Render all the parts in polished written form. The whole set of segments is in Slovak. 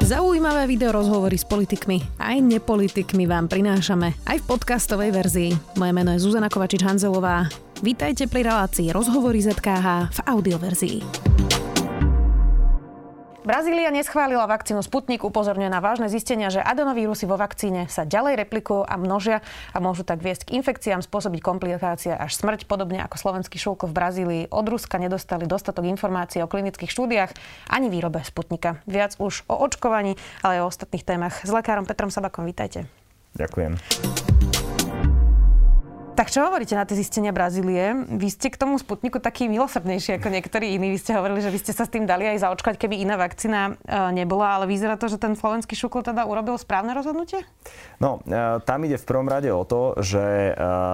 Zaujímavé video rozhovory s politikmi aj nepolitikmi vám prinášame aj v podcastovej verzii. Moje meno je Zuzana Kovačič-Hanzelová. Vítajte pri relácii Rozhovory ZKH v audioverzii. Brazília neschválila vakcínu Sputnik, upozorňuje na vážne zistenia, že adenovírusy vo vakcíne sa ďalej replikujú a množia a môžu tak viesť k infekciám, spôsobiť komplikácie až smrť, podobne ako slovenský Šulko v Brazílii. Od Ruska nedostali dostatok informácií o klinických štúdiách ani výrobe Sputnika. Viac už o očkovaní, ale aj o ostatných témach. S lekárom Petrom Sabakom, vítajte. Ďakujem. Tak čo hovoríte na tie zistenia Brazílie? Vy ste k tomu Sputniku taký milosrdnejší ako niektorí iní. Vy ste hovorili, že by ste sa s tým dali aj zaočkať, keby iná vakcína nebola, ale vyzerá to, že ten slovenský Šukl teda urobil správne rozhodnutie? No, tam ide v prvom rade o to, že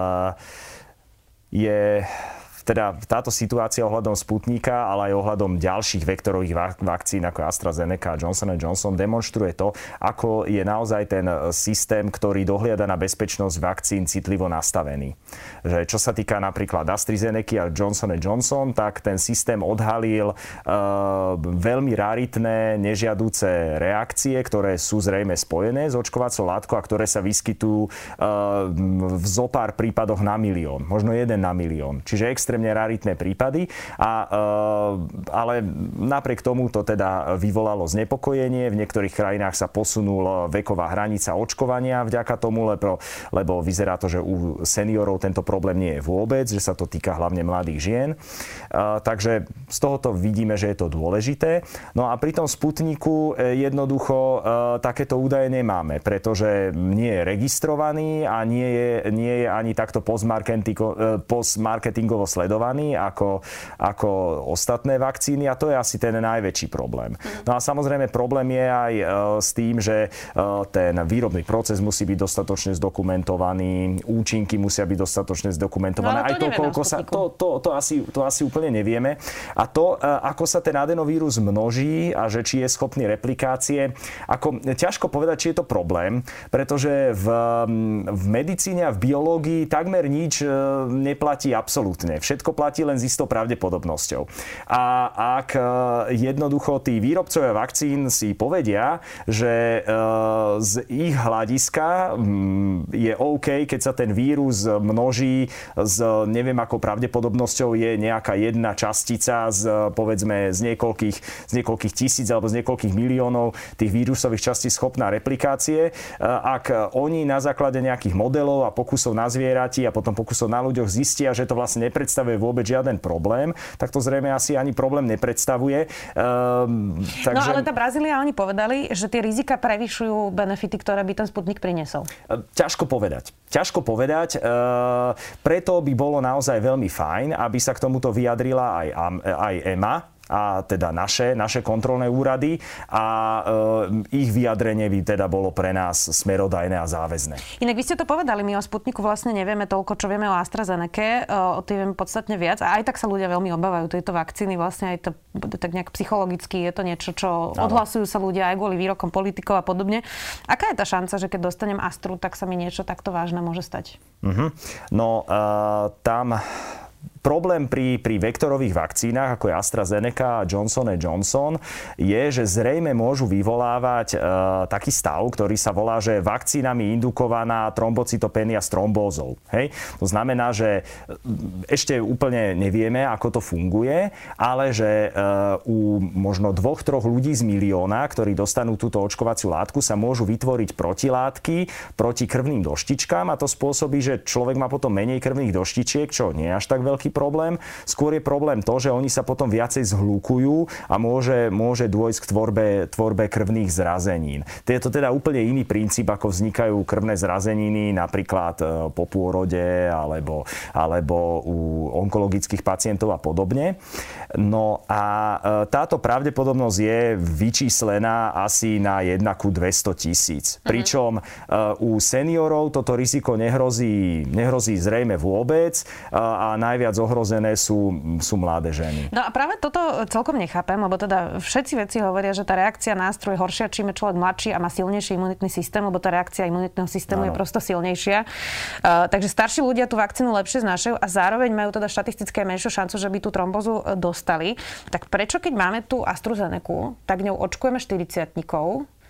je teda táto situácia ohľadom Sputnika, ale aj ohľadom ďalších vektorových vakcín ako AstraZeneca a Johnson & Johnson demonstruje to, ako je naozaj ten systém, ktorý dohliada na bezpečnosť vakcín citlivo nastavený. Že čo sa týka napríklad AstraZeneca a Johnson & Johnson, tak ten systém odhalil veľmi raritné, nežiaduce reakcie, ktoré sú zrejme spojené s očkovacou látkou a ktoré sa vyskytujú v zopár prípadoch na milión, možno 1 na milión. Čiže extrémne raritné prípady, ale napriek tomu to teda vyvolalo znepokojenie. V niektorých krajinách sa posunula veková hranica očkovania vďaka tomu, lebo vyzerá to, že u seniorov tento problém nie je vôbec, že sa to týka hlavne mladých žien. Takže z tohoto vidíme, že je to dôležité. No a pri tom Sputniku jednoducho takéto údaje nemáme, pretože nie je registrovaný a nie je ani takto postmarketingovo sledovaný ako ostatné vakcíny a to je asi ten najväčší problém. No a samozrejme problém je aj s tým, že ten výrobný proces musí byť dostatočne zdokumentovaný, účinky musia byť dostatočne zdokumentované. No, aj to, koľko sa to asi úplne nevieme. A to, ako sa ten adenovírus množí a že či je schopný replikácie, ako ťažko povedať, či je to problém, pretože v medicíne a v biológii takmer nič neplatí absolútne. Všetko platí len s istou pravdepodobnosťou. A ak jednoducho tí výrobcovia vakcín si povedia, že z ich hľadiska je OK, keď sa ten vírus množí s neviem akou pravdepodobnosťou je nejaká jedna častica povedzme z niekoľkých tisíc alebo z niekoľkých miliónov tých vírusových častí schopná replikácie. Ak oni na základe nejakých modelov a pokusov na zvierati a potom pokusov na ľuďoch zistia, že to vlastne nepredstavuje vôbec žiaden problém, tak to zrejme asi ani problém nepredstavuje. No ale tá Brazília, oni povedali, že tie rizika prevyšujú benefity, ktoré by ten Sputnik priniesol. Ťažko povedať. Preto by bolo naozaj veľmi fajn, aby sa k tomuto vyjadrila aj EMA, a teda naše kontrolné úrady a ich vyjadrenie by teda bolo pre nás smerodajné a záväzné. Inak vy ste to povedali, my o Sputniku vlastne nevieme toľko, čo vieme o AstraZeneca, o tým vieme podstatne viac a aj tak sa ľudia veľmi obávajú tejto vakcíny, vlastne aj to tak nejak psychologicky je to niečo, čo odhlasujú sa ľudia aj kvôli výrokom politikov a podobne. Aká je tá šanca, že keď dostanem Astru, tak sa mi niečo takto vážne môže stať? No, tam problém pri vektorových vakcínach, ako je AstraZeneca a Johnson & Johnson, je, že zrejme môžu vyvolávať taký stav, ktorý sa volá, že vakcínami indukovaná trombocytopénia s trombózou. Hej? To znamená, že ešte úplne nevieme, ako to funguje, ale že u možno 2-3 ľudí z milióna, ktorí dostanú túto očkovaciu látku, sa môžu vytvoriť protilátky proti krvným doštičkám a to spôsobí, že človek má potom menej krvných doštičiek, čo nie je až tak veľký problém. Skôr je problém to, že oni sa potom viacej zhlúkujú a môže dôjsť k tvorbe krvných zrazenín. Je to teda úplne iný princíp, ako vznikajú krvné zrazeniny napríklad po pôrode alebo u onkologických pacientov a podobne. No a táto pravdepodobnosť je vyčíslená asi na 1:200 000. Pričom u seniorov toto riziko nehrozí zrejme vôbec a najviac ohrozené sú mladé ženy. No a práve toto celkom nechápem, lebo teda všetci vedci hovoria, že tá reakcia na Astru je horšia, čím je človek mladší a má silnejší imunitný systém, lebo tá reakcia imunitného systému je prosto silnejšia. Takže starší ľudia tú vakcínu lepšie znášajú a zároveň majú teda štatisticky menšiu šancu, že by tú trombozu dostali. Tak prečo, keď máme tú AstraZenecu, tak ňou očkujeme 40-tníkov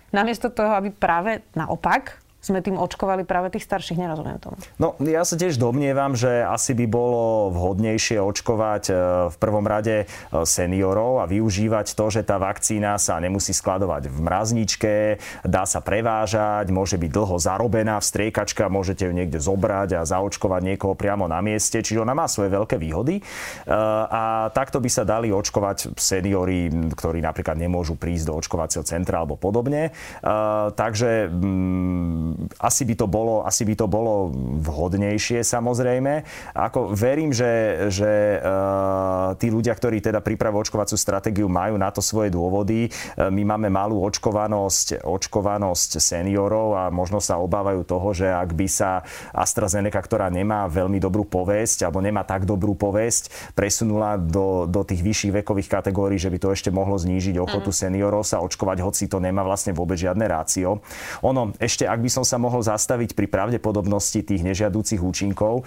namiesto toho, aby práve naopak sme tým očkovali práve tých starších, nerozumiem tomu. No, ja sa tiež domnievam, že asi by bolo vhodnejšie očkovať v prvom rade seniorov a využívať to, že tá vakcína sa nemusí skladovať v mrazničke, dá sa prevážať, môže byť dlho zarobená v striekačke, môžete ju niekde zobrať a zaočkovať niekoho priamo na mieste, čiže ona má svoje veľké výhody. A takto by sa dali očkovať seniori, ktorí napríklad nemôžu prísť do očkovacieho centra alebo podobne. Takže asi by to bolo vhodnejšie, samozrejme. Ako verím, že tí ľudia, ktorí teda pripravujú očkovaciu stratégiu, majú na to svoje dôvody. My máme malú očkovanosť seniorov a možno sa obávajú toho, že ak by sa AstraZeneca, ktorá nemá veľmi dobrú povesť alebo nemá tak dobrú povesť, presunula do tých vyšších vekových kategórií, že by to ešte mohlo znížiť ochotu seniorov sa očkovať, hoci to nemá vlastne vôbec žiadne rácio. Ešte, ak by som sa mohol zastaviť pri pravdepodobnosti tých nežiaducich účinkov.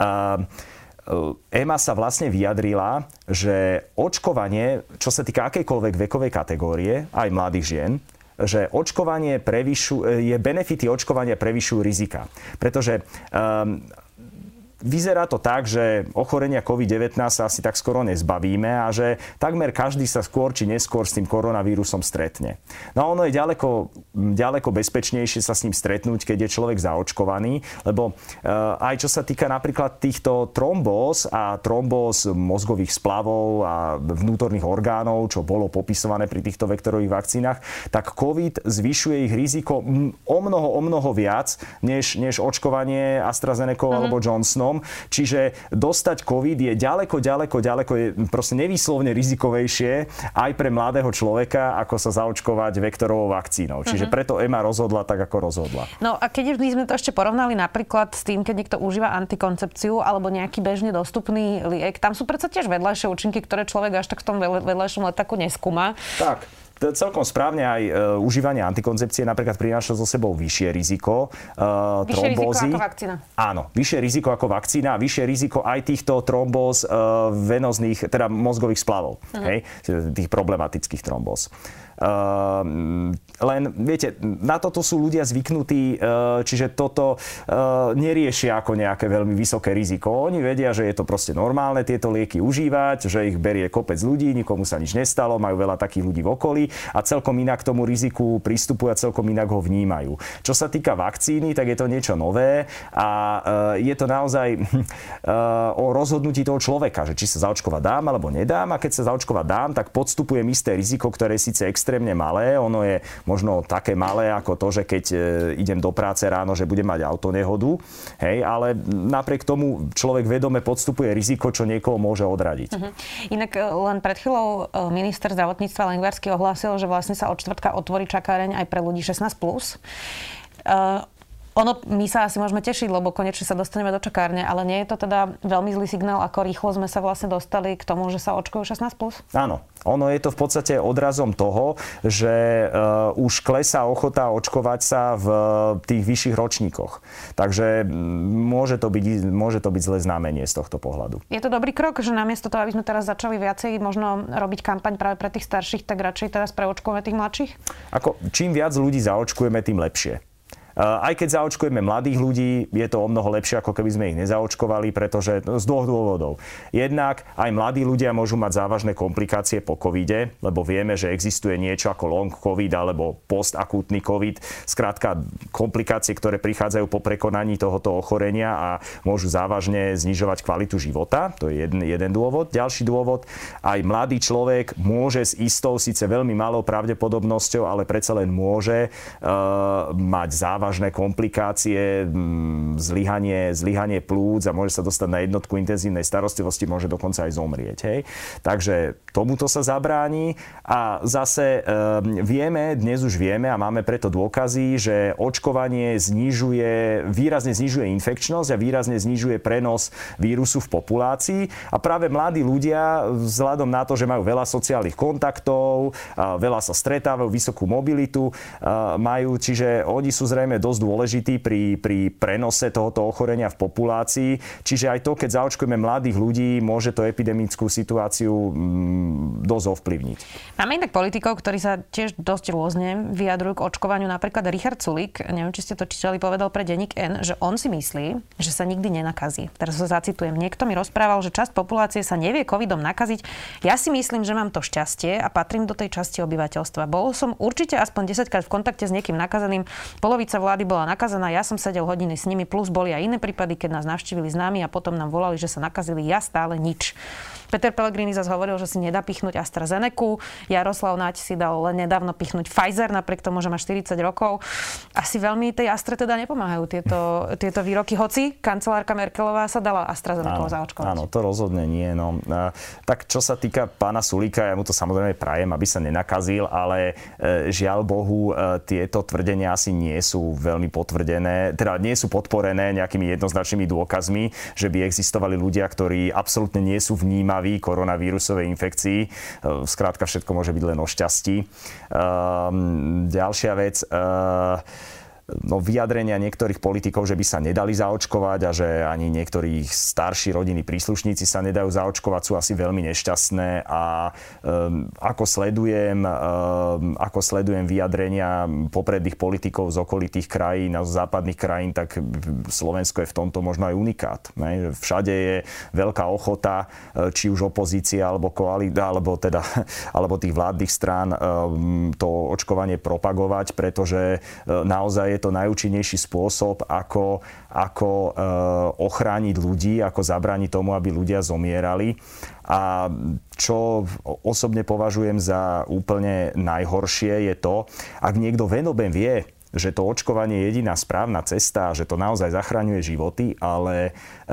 EMA sa vlastne vyjadrila, že očkovanie, čo sa týka akejkoľvek vekovej kategórie, aj mladých žien, že benefity očkovania prevyšujú rizika. Pretože vyzerá to tak, že ochorenia COVID-19 sa asi tak skoro nezbavíme a že takmer každý sa skôr či neskôr s tým koronavírusom stretne. No a ono je ďaleko bezpečnejšie sa s ním stretnúť, keď je človek zaočkovaný, lebo aj čo sa týka napríklad týchto trombóz a trombóz mozgových splavov a vnútorných orgánov, čo bolo popisované pri týchto vektorových vakcínach, tak COVID zvyšuje ich riziko o mnoho viac, než očkovanie AstraZenecou alebo Johnsonom. Čiže dostať COVID je ďaleko je proste nevýslovne rizikovejšie aj pre mladého človeka, ako sa zaočkovať vektorovou vakcínou. Čiže preto EMA rozhodla tak, ako rozhodla. No a keď sme to ešte porovnali napríklad s tým, keď niekto užíva antikoncepciu alebo nejaký bežne dostupný liek, tam sú predsa tiež vedľajšie účinky, ktoré človek až tak v tom vedľajšom letáku neskúma. Tak. Celkom správne aj užívanie antikoncepcie napríklad prináša so sebou vyššie riziko trombózy. Vyššie riziko ako vakcína. Áno, vyššie riziko ako vakcína a vyššie riziko aj týchto trombóz venóznych, teda mozgových splavov. Hej? Tých problematických trombóz. Len, viete, na toto sú ľudia zvyknutí, čiže toto neriešia ako nejaké veľmi vysoké riziko. Oni vedia, že je to proste normálne tieto lieky užívať, že ich berie kopec ľudí, nikomu sa nič nestalo, majú veľa takých ľudí v okolí a celkom inak k tomu riziku pristupujú a celkom inak ho vnímajú. Čo sa týka vakcíny, tak je to niečo nové a je to naozaj o rozhodnutí toho človeka, že či sa zaočkovať dám alebo nedám, a keď sa zaočkovať dám, tak podstupujem isté riziko, ktoré je síce extrémne malé, ono je možno také malé ako to, že keď idem do práce ráno, že budem mať autonehodu, hej, ale napriek tomu človek vedome podstupuje riziko, čo niekoho môže odradiť. Inak len pred chvíľou minister zdravotníctva Lengvarský ohlásil, že vlastne sa od štvrtka otvorí čakáreň aj pre ľudí 16+. My sa asi môžeme tešiť, lebo konečne sa dostaneme do čakárne, ale nie je to teda veľmi zlý signál, ako rýchlo sme sa vlastne dostali k tomu, že sa očkujú 16+? Áno. Ono je to v podstate odrazom toho, že už klesá ochota očkovať sa v tých vyšších ročníkoch. Takže môže to byť zlé znamenie z tohto pohľadu. Je to dobrý krok, že namiesto toho, aby sme teraz začali viacej možno robiť kampaň práve pre tých starších, tak radšej teraz preočkujeme tých mladších? Čím viac ľudí zaočkujeme, tým lepšie. Aj keď zaočkujeme mladých ľudí, je to o mnoho lepšie, ako keby sme ich nezaočkovali, pretože z dvoch dôvodov. Jednak aj mladí ľudia môžu mať závažné komplikácie po covide, lebo vieme, že existuje niečo ako long covid alebo postakútny covid. Skrátka komplikácie, ktoré prichádzajú po prekonaní tohoto ochorenia a môžu závažne znižovať kvalitu života. To je jeden dôvod. Ďalší dôvod, aj mladý človek môže s istou, síce veľmi malou pravdepodobnosťou, ale predsa len môže mať závažné komplikácie, zlyhanie plúc a môže sa dostať na jednotku intenzívnej starostlivosti, môže dokonca aj zomrieť. Hej? Takže tomuto sa zabráni a zase dnes už vieme a máme preto dôkazy, že očkovanie výrazne znižuje infekčnosť a výrazne znižuje prenos vírusu v populácii a práve mladí ľudia vzhľadom na to, že majú veľa sociálnych kontaktov, veľa sa stretávajú, vysokú mobilitu majú, čiže oni sú zrejme dosť dôležitý pri prenose tohoto ochorenia v populácii. Čiže aj to, keď zaočkujeme mladých ľudí, môže to epidemickú situáciu dosť ovplyvniť. Máme inak politikov, ktorí sa tiež dosť rôzne vyjadrujú k očkovaniu. Napríklad Richard Sulík, neviem, či ste to čítali, povedal pre denník N, že on si myslí, že sa nikdy nenakazí. Teraz ho zacitujem. Niekto mi rozprával, že časť populácie sa nevie covidom nakaziť. Ja si myslím, že mám to šťastie a patrím do tej časti obyvateľstva. Bol som určite aspoň 10-krát v kontakte s niekým nakazeným. Polovica vlády bola nakazaná, ja som sedel hodiny s nimi, plus boli aj iné prípady, keď nás navštívili známi a potom nám volali, že sa nakazili, ja stále nič. Peter Pellegrini zase hovoril, že si nedá pichnúť AstraZenecu. Jaroslav Naď si dal len nedávno pichnúť Pfizer, napriek tomu, že má 40 rokov. Asi veľmi tej Astre teda nepomáhajú tieto výroky. Hoci kancelárka Merkelová sa dala AstraZenecu zaočkovať. Áno, to rozhodne nie. No. Tak čo sa týka pána Sulíka, ja mu to samozrejme prajem, aby sa nenakazil, ale žiaľ Bohu, tieto tvrdenia asi nie sú veľmi potvrdené, teda nie sú podporené nejakými jednoznačnými dôkazmi, že by existovali ľudia, ktorí absolútne nie sú vnímaví koronavírusovej infekcii. Skrátka, všetko môže byť len o šťastí. Ďalšia vec, vyjadrenia niektorých politikov, že by sa nedali zaočkovať a že ani niektorí starší rodinní príslušníci sa nedajú zaočkovať, sú asi veľmi nešťastné a ako sledujem vyjadrenia popredných politikov z okolitých krajín a z západných krajín, tak Slovensko je v tomto možno aj unikát. Všade je veľká ochota, či už opozícia alebo koalícia, alebo tých vládnych strán to očkovanie propagovať, pretože naozaj je to najúčinnejší spôsob, ako ochrániť ľudí, ako zabrániť tomu, aby ľudia zomierali. A čo osobne považujem za úplne najhoršie je to, ak niekto venoben vie, že to očkovanie je jediná správna cesta, že to naozaj zachraňuje životy, ale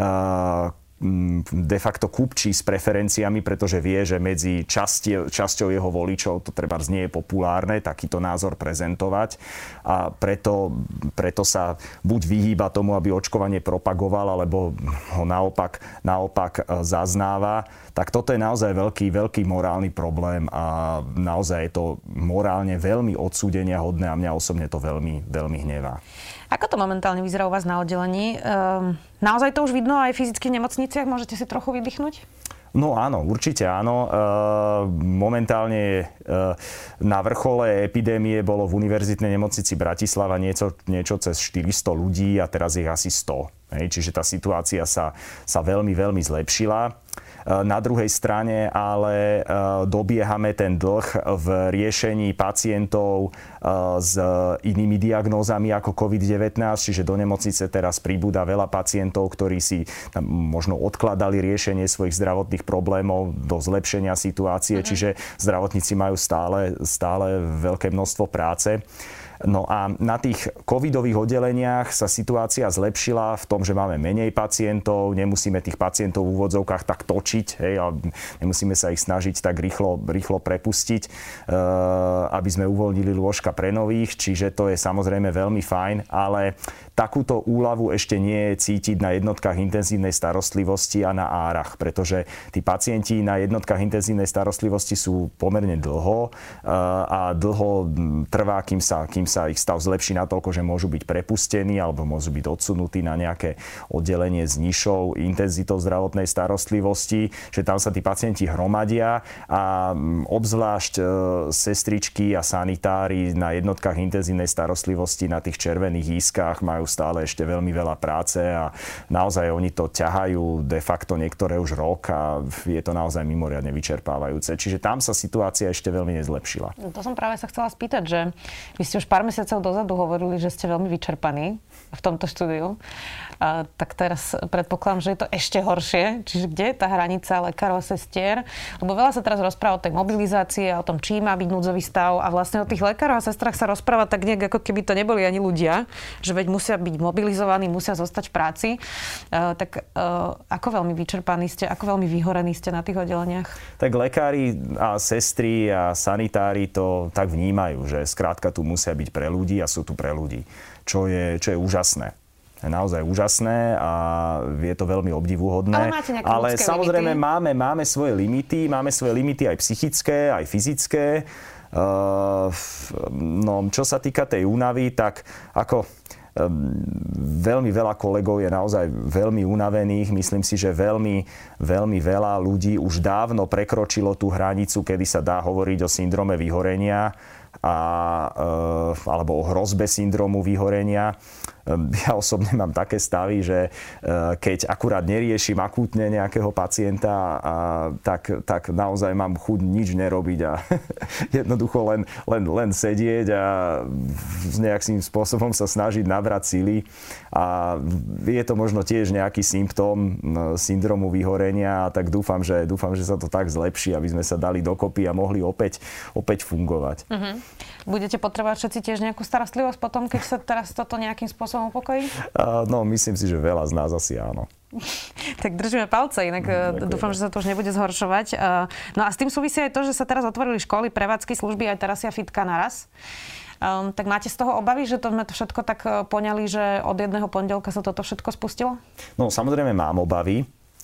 de facto kupčí s preferenciami, pretože vie, že medzi časťou jeho voličov to trebárs nie je populárne takýto názor prezentovať a preto sa buď vyhýba tomu, aby očkovanie propagoval, alebo ho naopak zaznáva. Tak toto je naozaj veľký morálny problém a naozaj je to morálne veľmi odsúdeniahodné a mňa osobne to veľmi, veľmi hnevá. Ako to momentálne vyzerá u vás na oddelení? Naozaj to už vidno aj fyzicky v nemocniciach? Môžete si trochu vydýchnuť? No áno, určite áno. Momentálne na vrchole epidémie bolo v univerzitnej nemocnici Bratislava niečo cez 400 ľudí a teraz ich asi 100. Čiže tá situácia sa veľmi, veľmi zlepšila. Na druhej strane ale dobiehame ten dlh v riešení pacientov s inými diagnózami ako COVID-19, čiže do nemocnice teraz pribúda veľa pacientov, ktorí si možno odkladali riešenie svojich zdravotných problémov do zlepšenia situácie, čiže zdravotníci majú stále veľké množstvo práce. No a na tých covidových oddeleniach sa situácia zlepšila v tom, že máme menej pacientov, nemusíme tých pacientov v úvodzovkách tak točiť, a nemusíme sa ich snažiť tak rýchlo prepustiť, aby sme uvoľnili lôžka pre nových, čiže to je samozrejme veľmi fajn, ale takúto úľavu ešte nie je cítiť na jednotkách intenzívnej starostlivosti a na árach, pretože tí pacienti na jednotkách intenzívnej starostlivosti sú pomerne dlho a dlho trvá, kým sa ich stav zlepší natoľko, že môžu byť prepustení alebo môžu byť odsunutí na nejaké oddelenie s nižšou intenzitou zdravotnej starostlivosti, že tam sa tí pacienti hromadia a obzvlášť sestričky a sanitári na jednotkách intenzívnej starostlivosti na tých červených ískach majú stále ešte veľmi veľa práce a naozaj oni to ťahajú de facto niektoré už rok a je to naozaj mimoriadne vyčerpávajúce. Čiže tam sa situácia ešte veľmi nezlepšila. To som práve sa chcela spýtať, že vy ste už pár mesiacov dozadu hovorili, že ste veľmi vyčerpaní v tomto štúdiu. Tak teraz predpokladám, že je to ešte horšie. Čiže kde je tá hranica lekárov a sestier? Lebo veľa sa teraz rozpráva o tej mobilizácii, o tom, čí má byť núdzový stav a vlastne o tých lekároch a sestrach sa rozpráva tak nejak, ako keby to neboli ani ľudia, že veď musia byť mobilizovaní, musia zostať v práci. Ako veľmi vyčerpaní ste, ako veľmi vyhorení ste na tých oddeleniach? Tak lekári a sestry a sanitári to tak vnímajú, že skrátka tu musia byť pre ľudí a sú tu pre ľudí, čo je úžasné. Je naozaj úžasné a je to veľmi obdivuhodné. Ale samozrejme máme svoje limity aj psychické, aj fyzické. No, čo sa týka tej únavy, tak ako veľmi veľa kolegov je naozaj veľmi unavených. Myslím si, že veľmi veľa ľudí už dávno prekročilo tú hranicu, kedy sa dá hovoriť o syndróme vyhorenia alebo o hrozbe syndrómu vyhorenia. Ja osobne mám také stavy, že keď akurát neriešim akútne nejakého pacienta, tak naozaj mám chuť nič nerobiť a jednoducho len sedieť a nejakým spôsobom sa snažiť nabrať sily. A je to možno tiež nejaký symptóm syndromu vyhorenia, tak dúfam, že sa to tak zlepší, aby sme sa dali dokopy a mohli opäť fungovať. Budete potrebovať všetci tiež nejakú starostlivosť potom, keď sa teraz toto nejakým spôsobom upokojí? No, myslím si, že veľa z nás asi áno. Tak držíme palce, inak dúfam, že sa to už nebude zhoršovať. No a s tým súvisí aj to, že sa teraz otvorili školy, prevádzky, služby, aj teraz fitka naraz. Tak máte z toho obavy, že to sme to všetko tak poňali, že od jedného pondelka sa toto všetko spustilo? No, samozrejme mám obavy,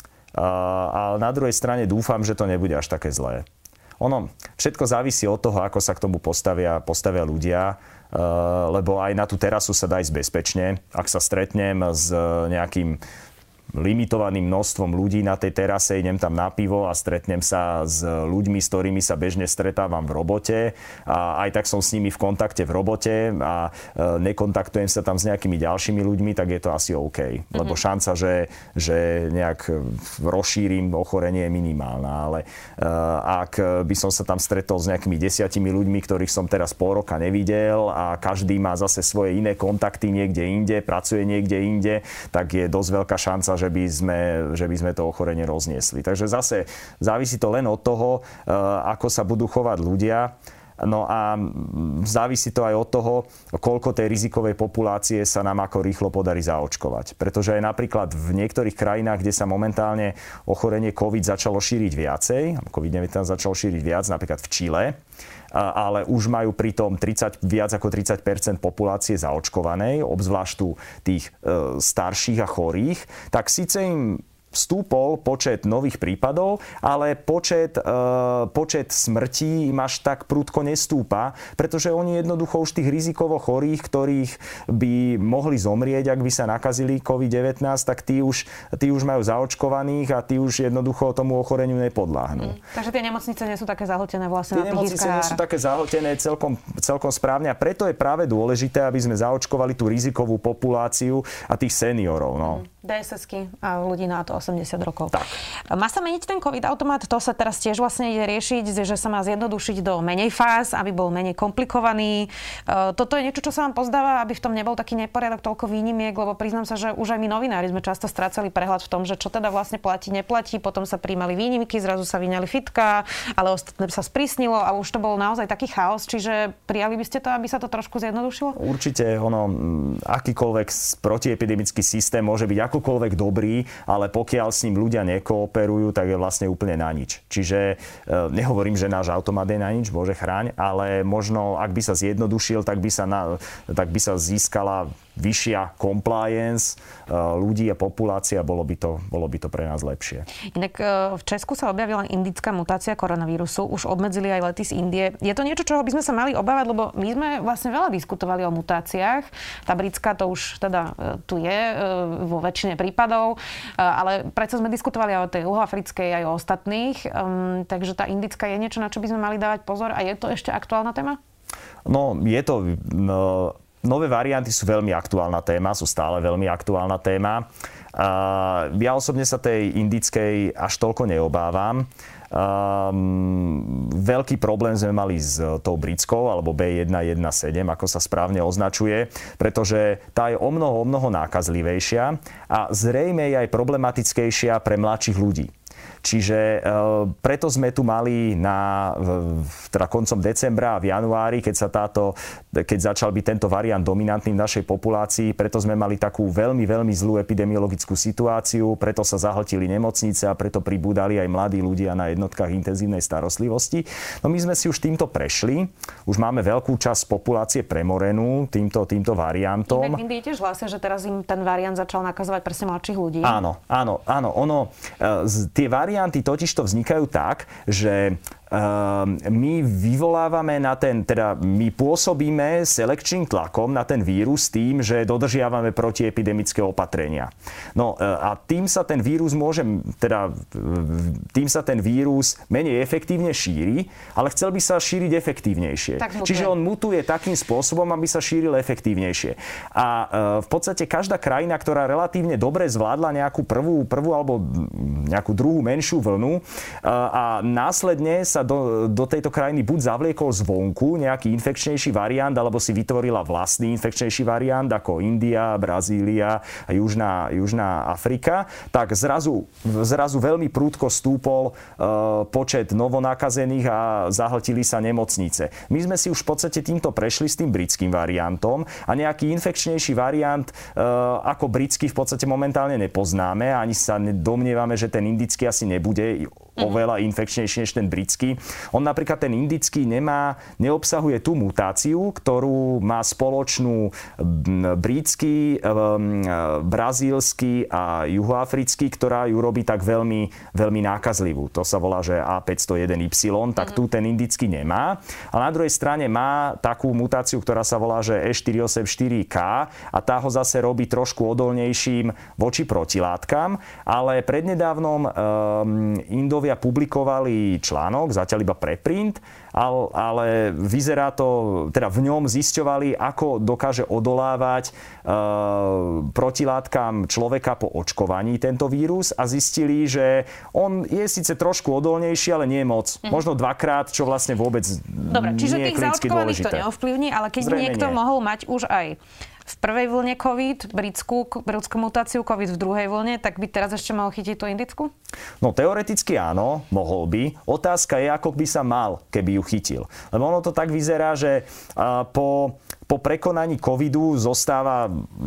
ale na druhej strane dúfam, že to nebude až také zlé. Ono, všetko závisí od toho, ako sa k tomu postavia ľudia, lebo aj na tú terasu sa dá ísť bezpečne. Ak sa stretnem s nejakým limitovaným množstvom ľudí na tej terase, idem tam na pivo a stretnem sa s ľuďmi, s ktorými sa bežne stretávam v robote a aj tak som s nimi v kontakte v robote a nekontaktujem sa tam s nejakými ďalšími ľuďmi, tak je to asi OK. Lebo šanca, že nejak rozšírim ochorenie je minimálna. Ale ak by som sa tam stretol s nejakými 10 ľuďmi, ktorých som teraz pol roka nevidel a každý má zase svoje iné kontakty niekde inde, pracuje niekde inde, tak je dosť veľká šanca, že by sme to ochorenie rozniesli. Takže zase závisí to len od toho, ako sa budú chovať ľudia. No a závisí to aj od toho, koľko tej rizikovej populácie sa nám ako rýchlo podarí zaočkovať. Pretože aj napríklad v niektorých krajinách, kde sa momentálne ochorenie COVID začalo šíriť viacej, COVID-19 začalo šíriť viac, napríklad v Čile, ale už majú pritom viac ako 30% populácie zaočkovanej, obzvlášť tu tých starších a chorých, tak síce im vstúpol počet nových prípadov, ale počet smrtí im až tak prudko nestúpa, pretože oni jednoducho už tých rizikovo chorých, ktorých by mohli zomrieť, ak by sa nakazili COVID-19, tak tí už majú zaočkovaných a tí už jednoducho tomu ochoreniu nepodľahnú. Takže tie nemocnice nie sú také zahltené vlastne na tých nemocnice nie sú také zahltené celkom správne a preto je práve dôležité, aby sme zaočkovali tú rizikovú populáciu a tých seniorov. No. DSS-ky a ľudí na to 80 rokov. Tak. Má sa meniť ten COVID-automat? To sa teraz tiež vlastne ide riešiť, že sa má zjednodušiť do menej fáz, aby bol menej komplikovaný. Toto je niečo, čo sa vám pozdáva, aby v tom nebol taký neporiadok, toľko výnimiek, lebo priznám sa, že už aj my novinári sme často strácali prehľad v tom, že čo teda vlastne platí, neplatí, potom sa prijímali výnimky, zrazu sa vyňali fitka, ale ostatné sa sprísnilo a už to bol naozaj taký chaos, čiže prijali by ste to, aby sa to trošku zjednodušilo? Určite, akýkoľvek protiepidemický systém môže byť akokoľvek dobrý, ale pokiaľ s ním ľudia nekooperujú, tak je vlastne úplne na nič. Čiže nehovorím, že náš automat je na nič, Bože chráň, ale možno, ak by sa zjednodušil, tak by sa získala vyššia compliance ľudí a populácia, bolo by to pre nás lepšie. Inak v Česku sa objavila indická mutácia koronavírusu, už obmedzili aj lety z Indie. Je to niečo, čoho by sme sa mali obávať, lebo my sme vlastne veľa diskutovali o mutáciách. Tá britská to už teda tu je vo väčšine prípadov, ale predsa sme diskutovali aj o tej juhoafrickej, aj o ostatných. Takže tá indická je niečo, na čo by sme mali dávať pozor a je to ešte aktuálna téma? No, je to... Nové varianty sú veľmi aktuálna téma, sú stále veľmi aktuálna téma. Ja osobne sa tej indickej až toľko neobávam. Veľký problém sme mali s tou britskou, alebo B117, ako sa správne označuje, pretože tá je o mnoho nákazlivejšia a zrejme je aj problematickejšia pre mladších ľudí. Čiže preto sme tu mali teda koncom decembra a v januári, keď začal byť tento variant dominantný v našej populácii, preto sme mali takú veľmi, veľmi zlú epidemiologickú situáciu, preto sa zahltili nemocnice a preto pribúdali aj mladí ľudia na jednotkách intenzívnej starostlivosti. No my sme si už týmto prešli, už máme veľkú časť populácie premorenú týmto variantom. Inak Indii tiež hlásia, že teraz im ten variant začal nakazovať presne mladších ľudí. Áno. Tie varianty totižto vznikajú tak, že my vyvolávame my pôsobíme selekčným tlakom na ten vírus tým, že dodržiavame protiepidemické opatrenia. No a tým sa ten vírus menej efektívne šíri, ale chcel by sa šíriť efektívnejšie. Čiže on mutuje takým spôsobom, aby sa šíril efektívnejšie. A v podstate každá krajina, ktorá relatívne dobre zvládla nejakú prvú alebo nejakú druhú menšiu vlnu a následne sa do tejto krajiny buď zavliekol zvonku nejaký infekčnejší variant, alebo si vytvorila vlastný infekčnejší variant, ako India, Brazília a Južná Afrika, tak zrazu veľmi prudko stúpol počet novonakazených a zahltili sa nemocnice. My sme si už v podstate týmto prešli s tým britským variantom a nejaký infekčnejší variant ako britský v podstate momentálne nepoznáme, ani sa domnievame, že ten indický asi nebude oveľa infekčnejší než ten britský. On napríklad ten indický neobsahuje tú mutáciu, ktorú má spoločnú britský, brazílsky a juhoafrický, ktorá ju robí tak veľmi, veľmi nákazlivú. To sa volá, že A501Y, tak tu ten indický nemá. A na druhej strane má takú mutáciu, ktorá sa volá, že E484K a tá ho zase robí trošku odolnejším voči protilátkam, ale prednedávnom Indovia publikovali článok, zatiaľ iba preprint, ale vyzerá to, teda v ňom zisťovali, ako dokáže odolávať protilátkam človeka po očkovaní tento vírus a zistili, že on je síce trošku odolnejší, ale nie moc. Možno dvakrát, čo vlastne vôbec Dobre, čiže nie je tých klinicky zaočkovaných dôležité. To neovplyvní, ale keď Zrejme niekto nie. mohol mať už aj v prvej vlne COVID, britskú mutáciu COVID v druhej vlne, tak by teraz ešte mohol chytiť tú indickú? No teoreticky áno, mohol by. Otázka je, ako by sa mal, keby ju chytil. Lebo ono to tak vyzerá, že po prekonaní covidu zostáva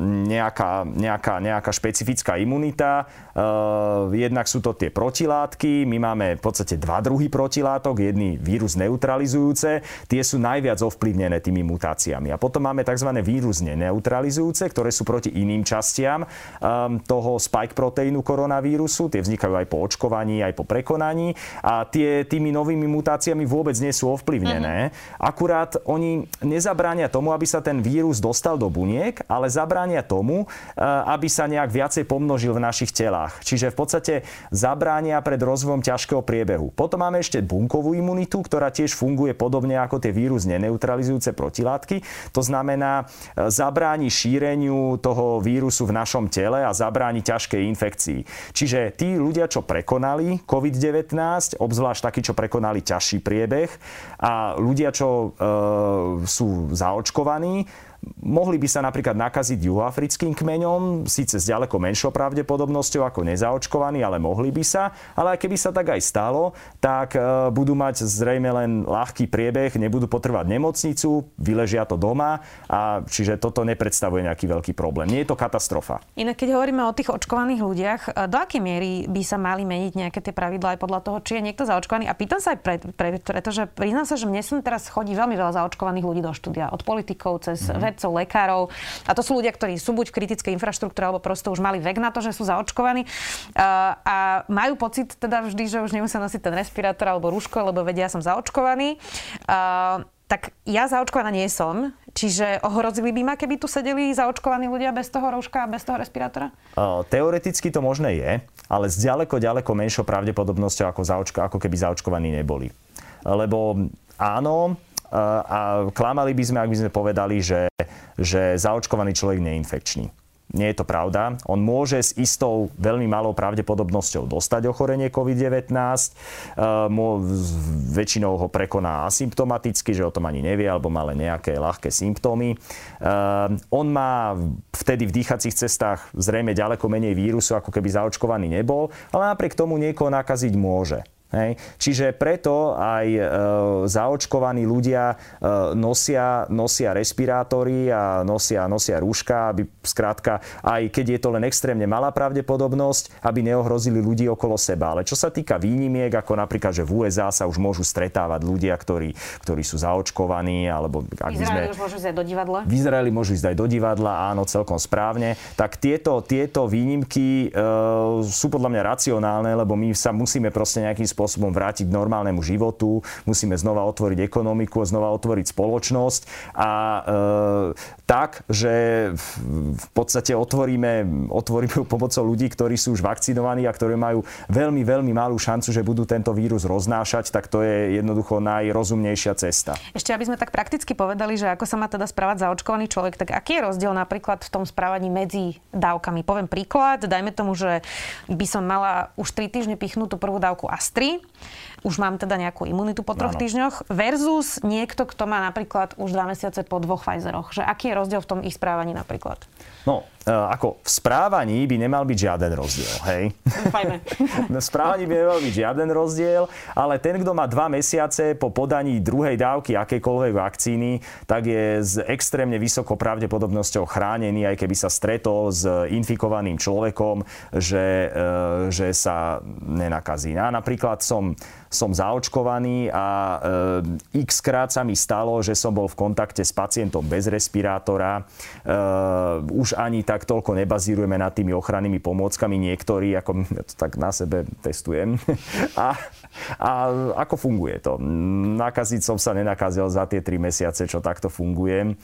nejaká špecifická imunita. Jednak sú to tie protilátky. My máme v podstate dva druhy protilátok. Jedný vírus neutralizujúce. Tie sú najviac ovplyvnené tými mutáciami. A potom máme tzv. Vírus neneutralizujúce, ktoré sú proti iným častiam toho spike proteínu koronavírusu. Tie vznikajú aj po očkovaní, aj po prekonaní. A tými novými mutáciami vôbec nie sú ovplyvnené. Akurát oni nezabránia tomu, aby sa ten vírus dostal do buniek, ale zabránia tomu, aby sa nejak viacej pomnožil v našich telách. Čiže v podstate zabránia pred rozvojom ťažkého priebehu. Potom máme ešte bunkovú imunitu, ktorá tiež funguje podobne ako tie vírus neneutralizujúce protilátky. To znamená, zabráni šíreniu toho vírusu v našom tele a zabráni ťažkej infekcii. Čiže tí ľudia, čo prekonali COVID-19, obzvlášť takí, čo prekonali ťažší priebeh a ľudia, čo sú zaočkovaní, mohli by sa napríklad nakaziť juhoafrickým kmeňom, síce s ďaleko menšou pravdepodobnosťou ako nezaočkovaní, ale mohli by sa. Ale aj keby sa tak aj stalo, tak budú mať zrejme len ľahký priebeh, nebudú potrebovať nemocnicu, vyležia to doma a čiže toto nepredstavuje nejaký veľký problém. Nie je to katastrofa. Inak keď hovoríme o tých očkovaných ľuďach, do akej miery by sa mali meniť nejaké tie pravidlá aj podľa toho, či je niekto zaočkovaný? A pýtam sa aj pretože priznám sa, že mne sem teraz chodí veľmi veľa zaočkovaných ľudí do štúdia. Od politikov cez vedcov, lekárov. A to sú ľudia, ktorí sú buď v kritickej infraštruktúre, alebo proste už mali vek na to, že sú zaočkovaní. A majú pocit teda vždy, že už nemusia nosiť ten respirátor alebo rúško, lebo vedia, ja som zaočkovaný. Tak ja zaočkovaná nie som. Čiže ohrozili by ma, keby tu sedeli zaočkovaní ľudia bez toho rúška a bez toho respirátora? Teoreticky to možné je, ale s ďaleko menšou pravdepodobnosťou ako keby zaočkovaní neboli. Lebo áno, a klamali by sme, ak by sme povedali, že zaočkovaný človek nie je infekčný. Nie je to pravda. On môže s istou veľmi malou pravdepodobnosťou dostať ochorenie COVID-19. Väčšinou ho prekoná asymptomaticky, že o tom ani nevie, alebo má len nejaké ľahké symptómy. On má vtedy v dýchacích cestách zrejme ďaleko menej vírusu, ako keby zaočkovaný nebol, ale napriek tomu niekoho nakaziť môže. Hej. Čiže preto aj zaočkovaní ľudia nosia respirátory a nosia rúška, aby skrátka, aj keď je to len extrémne malá pravdepodobnosť, aby neohrozili ľudí okolo seba. Ale čo sa týka výnimiek, ako napríklad, že v USA sa už môžu stretávať ľudia, ktorí sú zaočkovaní, alebo ak v Izraeli už môžu ísť aj do divadla? V Izraeli môžu ísť aj do divadla, áno, celkom správne. Tak tieto výnimky sú podľa mňa racionálne, lebo my sa musíme proste nejakým spôsobom spôsobom vrátiť k normálnemu životu, musíme znova otvoriť ekonomiku, znova otvoriť spoločnosť a tak, že v podstate otvoríme pomocou ľudí, ktorí sú už vakcinovaní a ktorí majú veľmi, veľmi malú šancu, že budú tento vírus roznášať, tak to je jednoducho najrozumnejšia cesta. Ešte aby sme tak prakticky povedali, že ako sa má teda správať zaočkovaný človek, tak aký je rozdiel napríklad v tom správaní medzi dávkami? Poviem príklad, dajme tomu, že by som mala už 3 týždne pichnutú prvú dávku Astry, už mám teda nejakú imunitu po 3 týždňoch, versus niekto, kto má napríklad už 2 mesiace po 2 Pfizeroch. Že aký je rozdiel v tom ich správaní napríklad? No, ako v správaní by nemal byť žiaden rozdiel, hej? Fajne. V správaní by nemal byť žiaden rozdiel, ale ten, kto má 2 mesiace po podaní druhej dávky akejkoľvek vakcíny, tak je s extrémne vysokou pravdepodobnosťou chránený, aj keby sa stretol s infikovaným človekom, že sa nenakazí. Ja napríklad som zaočkovaný a x krát sa mi stalo, že som bol v kontakte s pacientom bez respirátora. Už ani tak toľko nebazírujeme nad tými ochrannými pomôckami. Niektorí, ako ja to tak na sebe testujem. A ako funguje to? Nakaziť som sa nenakazil za tie 3 mesiace, čo takto fungujem.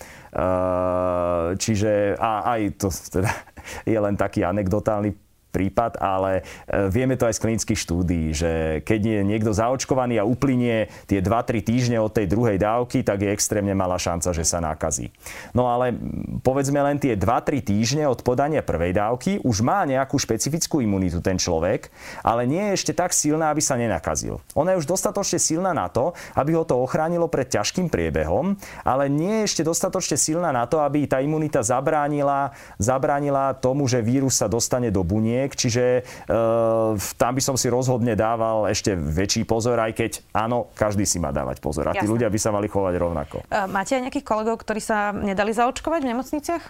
Čiže aj to teda je len taký anekdotálny prípad, ale vieme to aj z klinických štúdií, že keď je niekto zaočkovaný a uplynie tie 2-3 týždne od tej druhej dávky, tak je extrémne malá šanca, že sa nakazí. No ale povedzme len tie 2-3 týždne od podania prvej dávky už má nejakú špecifickú imunitu ten človek, ale nie je ešte tak silná, aby sa nenakazil. Ona je už dostatočne silná na to, aby ho to ochránilo pred ťažkým priebehom, ale nie je ešte dostatočne silná na to, aby tá imunita zabránila tomu, že vírus sa dostane do buniek. Čiže tam by som si rozhodne dával ešte väčší pozor, aj keď áno, každý si má dávať pozor. A tí ľudia by sa mali chovať rovnako. Máte aj nejakých kolegov, ktorí sa nedali zaočkovať v nemocniciach?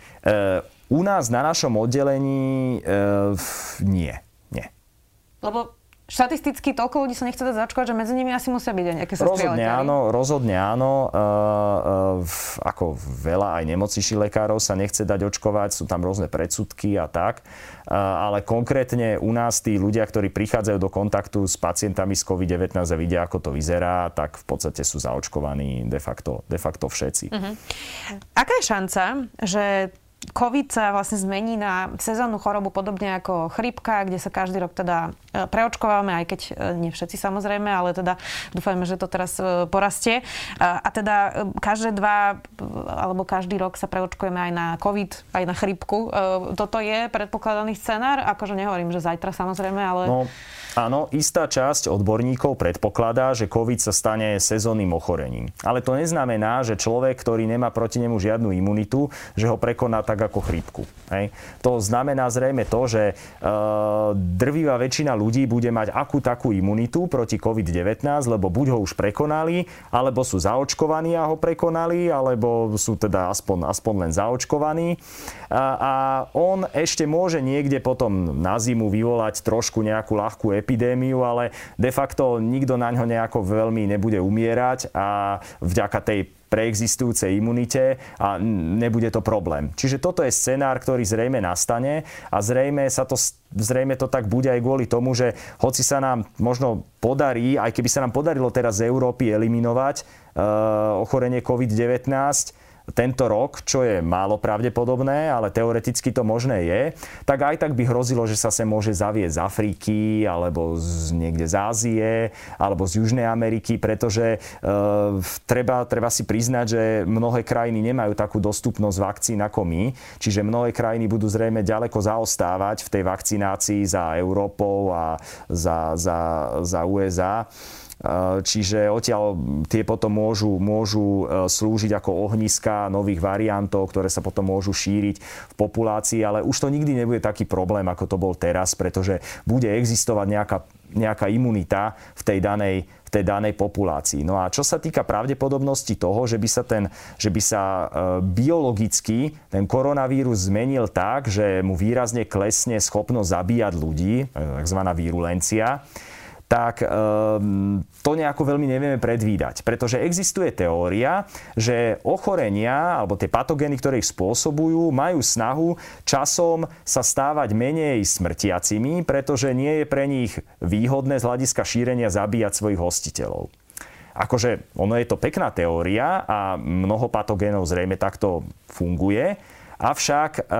U nás na našom oddelení nie. Lebo štatisticky toľko ľudí sa nechce dať zaočkovať, že medzi nimi asi musia byť aj nejaké sestry lekári. Rozhodne áno. Ako veľa aj nemocničných lekárov sa nechce dať očkovať, sú tam rôzne predsudky a tak. Ale konkrétne u nás tí ľudia, ktorí prichádzajú do kontaktu s pacientami s COVID-19 a vidia, ako to vyzerá, tak v podstate sú zaočkovaní de facto všetci. Uh-huh. Aká je šanca, že COVID sa vlastne zmení na sezónnu chorobu podobne ako chrípka, kde sa každý rok teda preočkovávame, aj keď nie všetci samozrejme, ale teda dúfajme, že to teraz porastie. A teda každé 2 alebo každý rok sa preočkujeme aj na COVID, aj na chrípku. Toto je predpokladaný scenár? Akože nehovorím, že zajtra samozrejme, ale... No, áno, istá časť odborníkov predpokladá, že COVID sa stane sezónnym ochorením. Ale to neznamená, že človek, ktorý nemá proti nemu žiadnu imunitu, že ho prekoná tak ako chrípku. Hej. To znamená zrejme to, že drvivá väčšina ľudí bude mať akú takú imunitu proti COVID-19, lebo buď ho už prekonali, alebo sú zaočkovaní a ho prekonali, alebo sú teda aspoň len zaočkovaní. A on ešte môže niekde potom na zimu vyvolať trošku nejakú ľahkú epidémiu, ale de facto nikto na ňo nejako veľmi nebude umierať a vďaka tej preexistujúcej imunite a nebude to problém. Čiže toto je scenár, ktorý zrejme nastane a zrejme to tak bude aj kvôli tomu, že hoci sa nám možno podarí, aj keby sa nám podarilo teraz z Európy eliminovať ochorenie COVID-19 tento rok, čo je málo pravdepodobné, ale teoreticky to možné je, tak aj tak by hrozilo, že sa sem môže zaviesť z Afriky, alebo niekde z Ázie, alebo z Južnej Ameriky, pretože treba si priznať, že mnohé krajiny nemajú takú dostupnosť vakcín ako my, čiže mnohé krajiny budú zrejme ďaleko zaostávať v tej vakcinácii za Európou a za USA. Čiže odtiaľ tie potom môžu slúžiť ako ohniska nových variantov, ktoré sa potom môžu šíriť v populácii, ale už to nikdy nebude taký problém, ako to bol teraz, pretože bude existovať nejaká imunita v tej danej populácii. No a čo sa týka pravdepodobnosti toho, že by sa biologicky ten koronavírus zmenil tak, že mu výrazne klesne schopnosť zabíjať ľudí, takzvaná virulencia, tak to nejako veľmi nevieme predvídať. Pretože existuje teória, že ochorenia alebo tie patogény, ktoré ich spôsobujú, majú snahu časom sa stávať menej smrtiacimi, pretože nie je pre nich výhodné z hľadiska šírenia zabíjať svojich hostiteľov. Akože ono je to pekná teória a mnoho patogénov zrejme takto funguje, avšak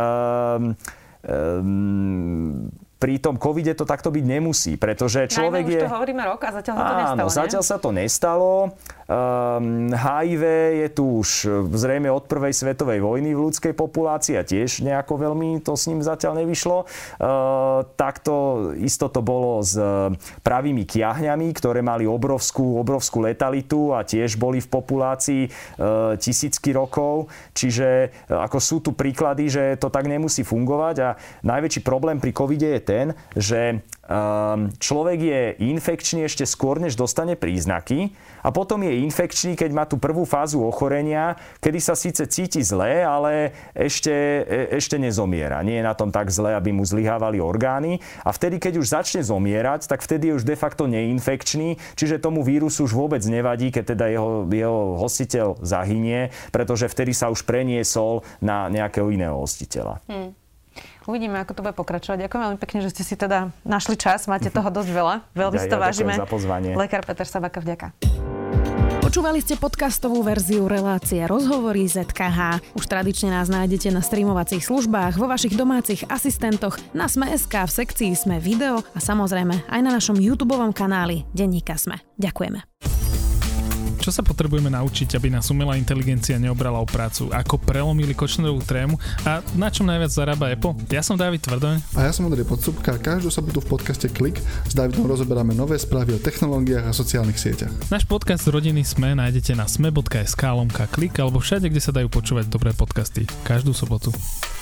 pri tom covide to takto byť nemusí, pretože človek už to hovoríme rok a zatiaľ sa to nestalo, Áno, zatiaľ sa to nestalo. HIV je tu už zrejme od prvej svetovej vojny v ľudskej populácii a tiež nejako veľmi to s ním zatiaľ nevyšlo. Takto isto to bolo s pravými kiahňami, ktoré mali obrovskú letalitu a tiež boli v populácii tisícky rokov. Čiže ako sú tu príklady, že to tak nemusí fungovať a najväčší problém pri covide je ten, že človek je infekčný ešte skôr, než dostane príznaky a potom je infekčný, keď má tú prvú fázu ochorenia, kedy sa síce cíti zle, ale ešte nezomiera. Nie je na tom tak zle, aby mu zlyhávali orgány a vtedy, keď už začne zomierať, tak vtedy je už de facto neinfekčný, čiže tomu vírusu už vôbec nevadí, keď teda jeho hostiteľ zahynie, pretože vtedy sa už preniesol na nejakého iného hostiteľa. Uvidíme, ako to bude pokračovať. Ďakujem veľmi pekne, že ste si teda našli čas. Máte toho dosť veľa. Veľmi si to vážime. Ďakujem za pozvanie. Lekár Peter Sabaka, vďaka. Počúvali ste podcastovú verziu relácie Rozhovory ZKH. Už tradične nás nájdete na streamovacích službách, vo vašich domácich asistentoch, na Sme.sk, v sekcii Sme video a samozrejme aj na našom YouTubeovom kanáli Denníka Sme. Ďakujeme. Čo sa potrebujeme naučiť, aby nás umelá inteligencia neobrala o prácu? Ako prelomili Kočnerovú trému? A na čom najviac zarába Apple? Ja som Dávid Tvrdoň. A ja som Ondrej Podsúbka. Každú sobotu v podcaste Klik s Dávidom rozoberáme nové správy o technológiách a sociálnych sieťach. Náš podcast Rodiny Sme nájdete na sme.sk/klik alebo všade, kde sa dajú počúvať dobré podcasty. Každú sobotu.